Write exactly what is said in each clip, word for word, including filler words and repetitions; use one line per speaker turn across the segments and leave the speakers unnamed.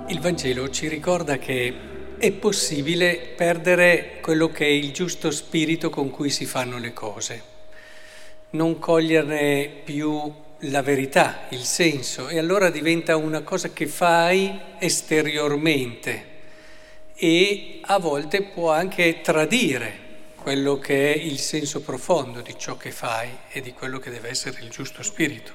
Il Vangelo ci ricorda che è possibile perdere quello che è il giusto spirito con cui si fanno le cose, non coglierne più la verità, il senso, e allora diventa una cosa che fai esteriormente e a volte può anche tradire quello che è il senso profondo di ciò che fai e di quello che deve essere il giusto spirito.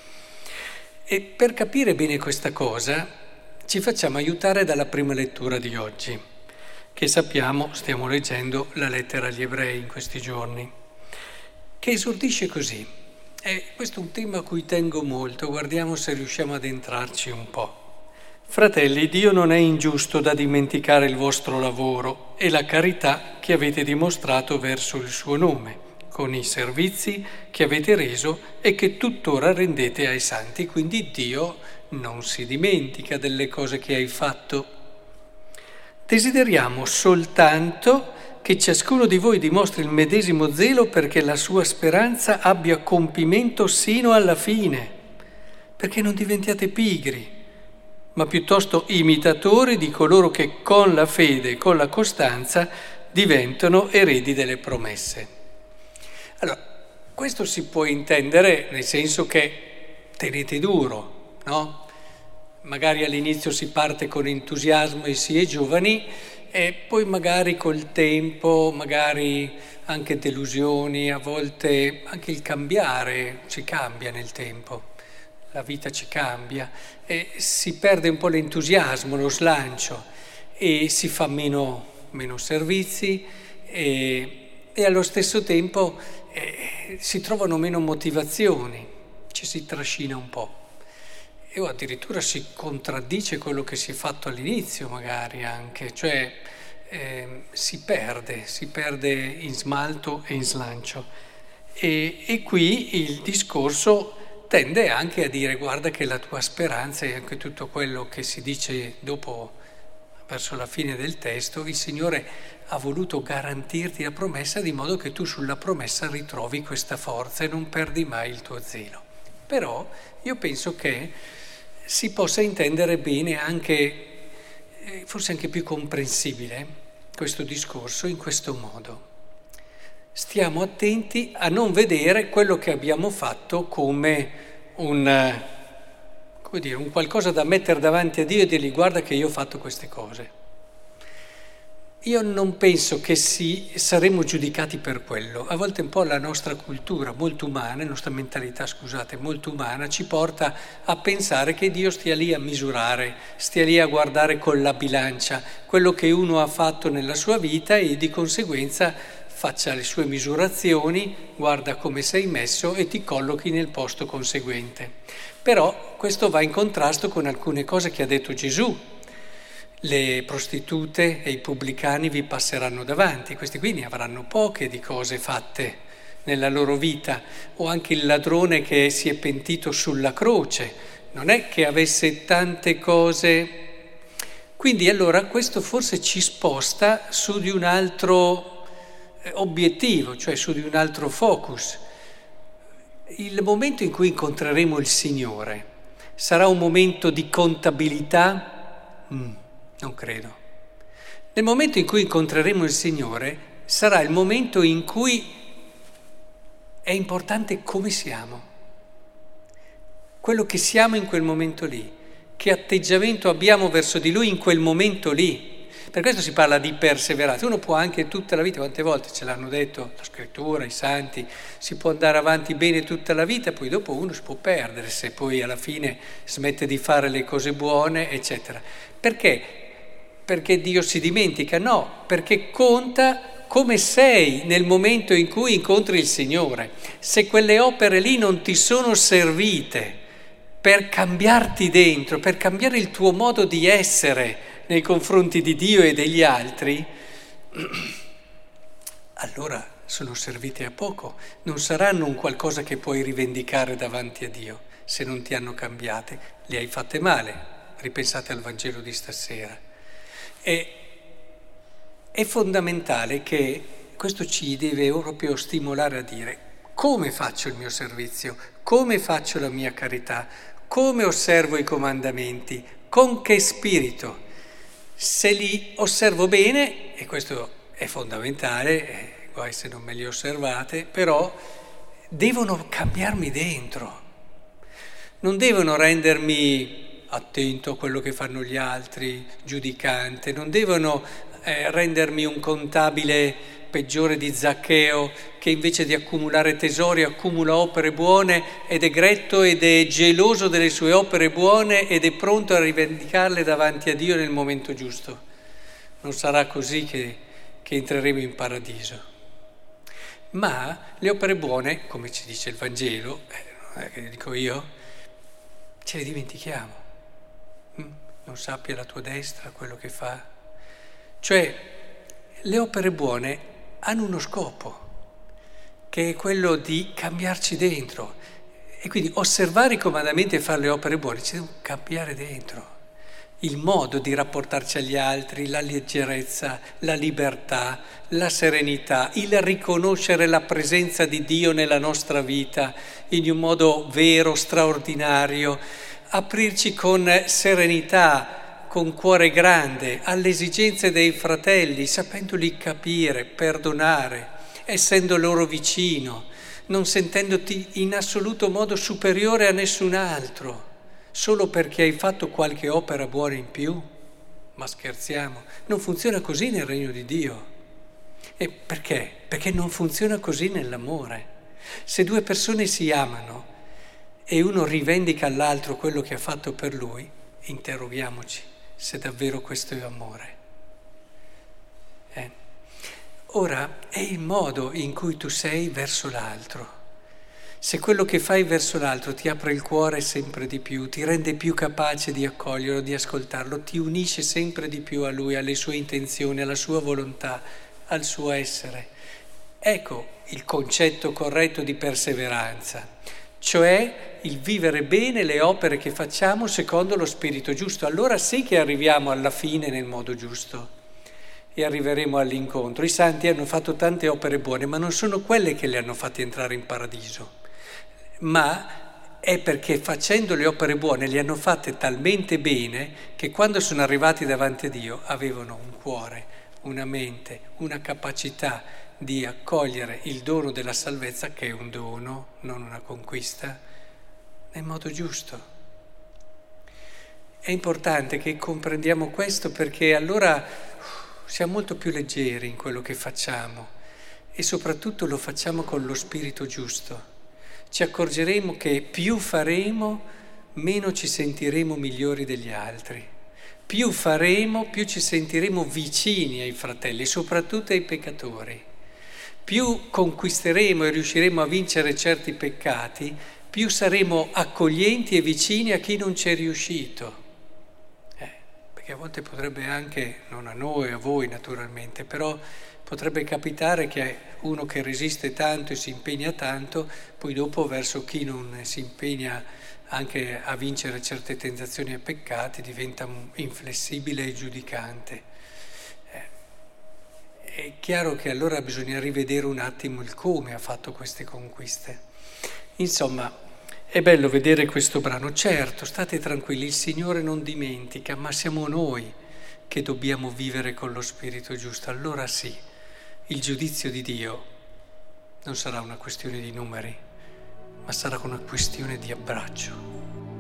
E per capire bene questa cosa ci facciamo aiutare dalla prima lettura di oggi, che sappiamo, stiamo leggendo la lettera agli Ebrei in questi giorni, che esordisce così. E questo è un tema a cui tengo molto, guardiamo se riusciamo ad entrarci un po'. Fratelli, Dio non è ingiusto da dimenticare il vostro lavoro e la carità che avete dimostrato verso il suo nome, con i servizi che avete reso e che tuttora rendete ai santi. Quindi Dio non si dimentica delle cose che hai fatto. Desideriamo soltanto che ciascuno di voi dimostri il medesimo zelo perché la sua speranza abbia compimento sino alla fine, perché non diventiate pigri, ma piuttosto imitatori di coloro che con la fede e con la costanza diventano eredi delle promesse. Allora, questo si può intendere nel senso che tenete duro, no? Magari all'inizio si parte con entusiasmo e si è giovani e poi magari col tempo, magari anche delusioni, a volte anche il cambiare ci cambia nel tempo, la vita ci cambia e si perde un po' l'entusiasmo, lo slancio e si fa meno, meno servizi e, e allo stesso tempo eh, si trovano meno motivazioni, ci si trascina un po'. E o addirittura si contraddice quello che si è fatto all'inizio magari anche, cioè eh, si perde, si perde in smalto e in slancio. E, e qui il discorso tende anche a dire guarda che la tua speranza e anche tutto quello che si dice dopo, verso la fine del testo, il Signore ha voluto garantirti la promessa di modo che tu sulla promessa ritrovi questa forza e non perdi mai il tuo zelo. Però io penso che si possa intendere bene anche, forse anche più comprensibile, questo discorso in questo modo. Stiamo attenti a non vedere quello che abbiamo fatto come un, come dire, un qualcosa da mettere davanti a Dio e dirgli guarda che io ho fatto queste cose. Io non penso che si, saremo giudicati per quello. A volte un po' la nostra cultura molto umana, la nostra mentalità, scusate, molto umana, ci porta a pensare che Dio stia lì a misurare, stia lì a guardare con la bilancia quello che uno ha fatto nella sua vita e di conseguenza faccia le sue misurazioni, guarda come sei messo e ti collochi nel posto conseguente. Però questo va in contrasto con alcune cose che ha detto Gesù. Le prostitute e i pubblicani vi passeranno davanti, questi qui ne avranno poche di cose fatte nella loro vita, o anche il ladrone che si è pentito sulla croce, non è che avesse tante cose. Quindi allora questo forse ci sposta su di un altro obiettivo, cioè su di un altro focus. Il momento in cui incontreremo il Signore sarà un momento di contabilità? Mm. Non credo. Nel momento in cui incontreremo il Signore sarà il momento in cui è importante come siamo, quello che siamo in quel momento lì, che atteggiamento abbiamo verso di Lui in quel momento lì. Per questo si parla di perseveranza. Uno può anche tutta la vita, quante volte ce l'hanno detto la Scrittura, i santi, si può andare avanti bene tutta la vita, poi dopo uno si può perdere se poi alla fine smette di fare le cose buone, eccetera. Perché? Perché Dio si dimentica? No, perché conta come sei nel momento in cui incontri il Signore. Se quelle opere lì non ti sono servite per cambiarti dentro, per cambiare il tuo modo di essere nei confronti di Dio e degli altri, allora sono servite a poco, non saranno un qualcosa che puoi rivendicare davanti a Dio se non ti hanno cambiate. Le hai fatte male, ripensate al Vangelo di stasera. E è fondamentale che questo ci deve proprio stimolare a dire come faccio il mio servizio, come faccio la mia carità, come osservo i comandamenti, Con che spirito? Se li osservo bene, e questo è fondamentale, eh, guai se non me li osservate, però devono cambiarmi dentro, non devono rendermi attento a quello che fanno gli altri, giudicante, non devono eh, rendermi un contabile peggiore di Zaccheo, che invece di accumulare tesori accumula opere buone ed è gretto ed è geloso delle sue opere buone ed è pronto a rivendicarle davanti a Dio nel momento giusto. Non sarà così che, che entreremo in paradiso. Ma le opere buone, come ci dice il Vangelo, eh, non è che le dico io, ce le dimentichiamo. Mm? Non sappia la tua destra quello che fa. Cioè, le opere buone hanno uno scopo, che è quello di cambiarci dentro. E quindi osservare i comandamenti e fare le opere buone ci deve cambiare dentro. Il modo di rapportarci agli altri, la leggerezza, la libertà, la serenità, il riconoscere la presenza di Dio nella nostra vita in un modo vero, straordinario, aprirci con serenità, con cuore grande, alle esigenze dei fratelli, sapendoli capire, perdonare, essendo loro vicino, non sentendoti in assoluto modo superiore a nessun altro, solo perché hai fatto qualche opera buona in più. Ma scherziamo, non funziona così nel regno di Dio. E perché? Perché non funziona così nell'amore. Se due persone si amano e uno rivendica all'altro quello che ha fatto per lui, interroghiamoci se davvero questo è amore. Eh. Ora è il modo in cui tu sei verso l'altro. Se quello che fai verso l'altro ti apre il cuore sempre di più, ti rende più capace di accoglierlo, di ascoltarlo, ti unisce sempre di più a lui, alle sue intenzioni, alla sua volontà, al suo essere. Ecco il concetto corretto di perseveranza, cioè il vivere bene le opere che facciamo secondo lo spirito giusto. Allora sì che arriviamo alla fine nel modo giusto e arriveremo all'incontro. I santi hanno fatto tante opere buone, ma non sono quelle che li hanno fatti entrare in paradiso, ma è perché facendo le opere buone le hanno fatte talmente bene che quando sono arrivati davanti a Dio avevano un cuore, una mente, una capacità di accogliere il dono della salvezza, che è un dono, non una conquista, nel modo giusto. È importante che comprendiamo questo, perché allora siamo molto più leggeri in quello che facciamo e soprattutto lo facciamo con lo spirito giusto. Ci accorgeremo che più faremo, meno ci sentiremo migliori degli altri. Più faremo, più ci sentiremo vicini ai fratelli, soprattutto ai peccatori. Più conquisteremo e riusciremo a vincere certi peccati, più saremo accoglienti e vicini a chi non ci è riuscito. Eh, perché a volte potrebbe anche, non a noi, a voi naturalmente, però potrebbe capitare che uno che resiste tanto e si impegna tanto, poi dopo verso chi non si impegna anche a vincere certe tentazioni e peccati diventa inflessibile e giudicante. È chiaro che allora bisogna rivedere un attimo il come ha fatto queste conquiste. Insomma, è bello vedere questo brano. Certo, state tranquilli, il Signore non dimentica, ma siamo noi che dobbiamo vivere con lo spirito giusto. Allora sì, il giudizio di Dio non sarà una questione di numeri, ma sarà una questione di abbraccio.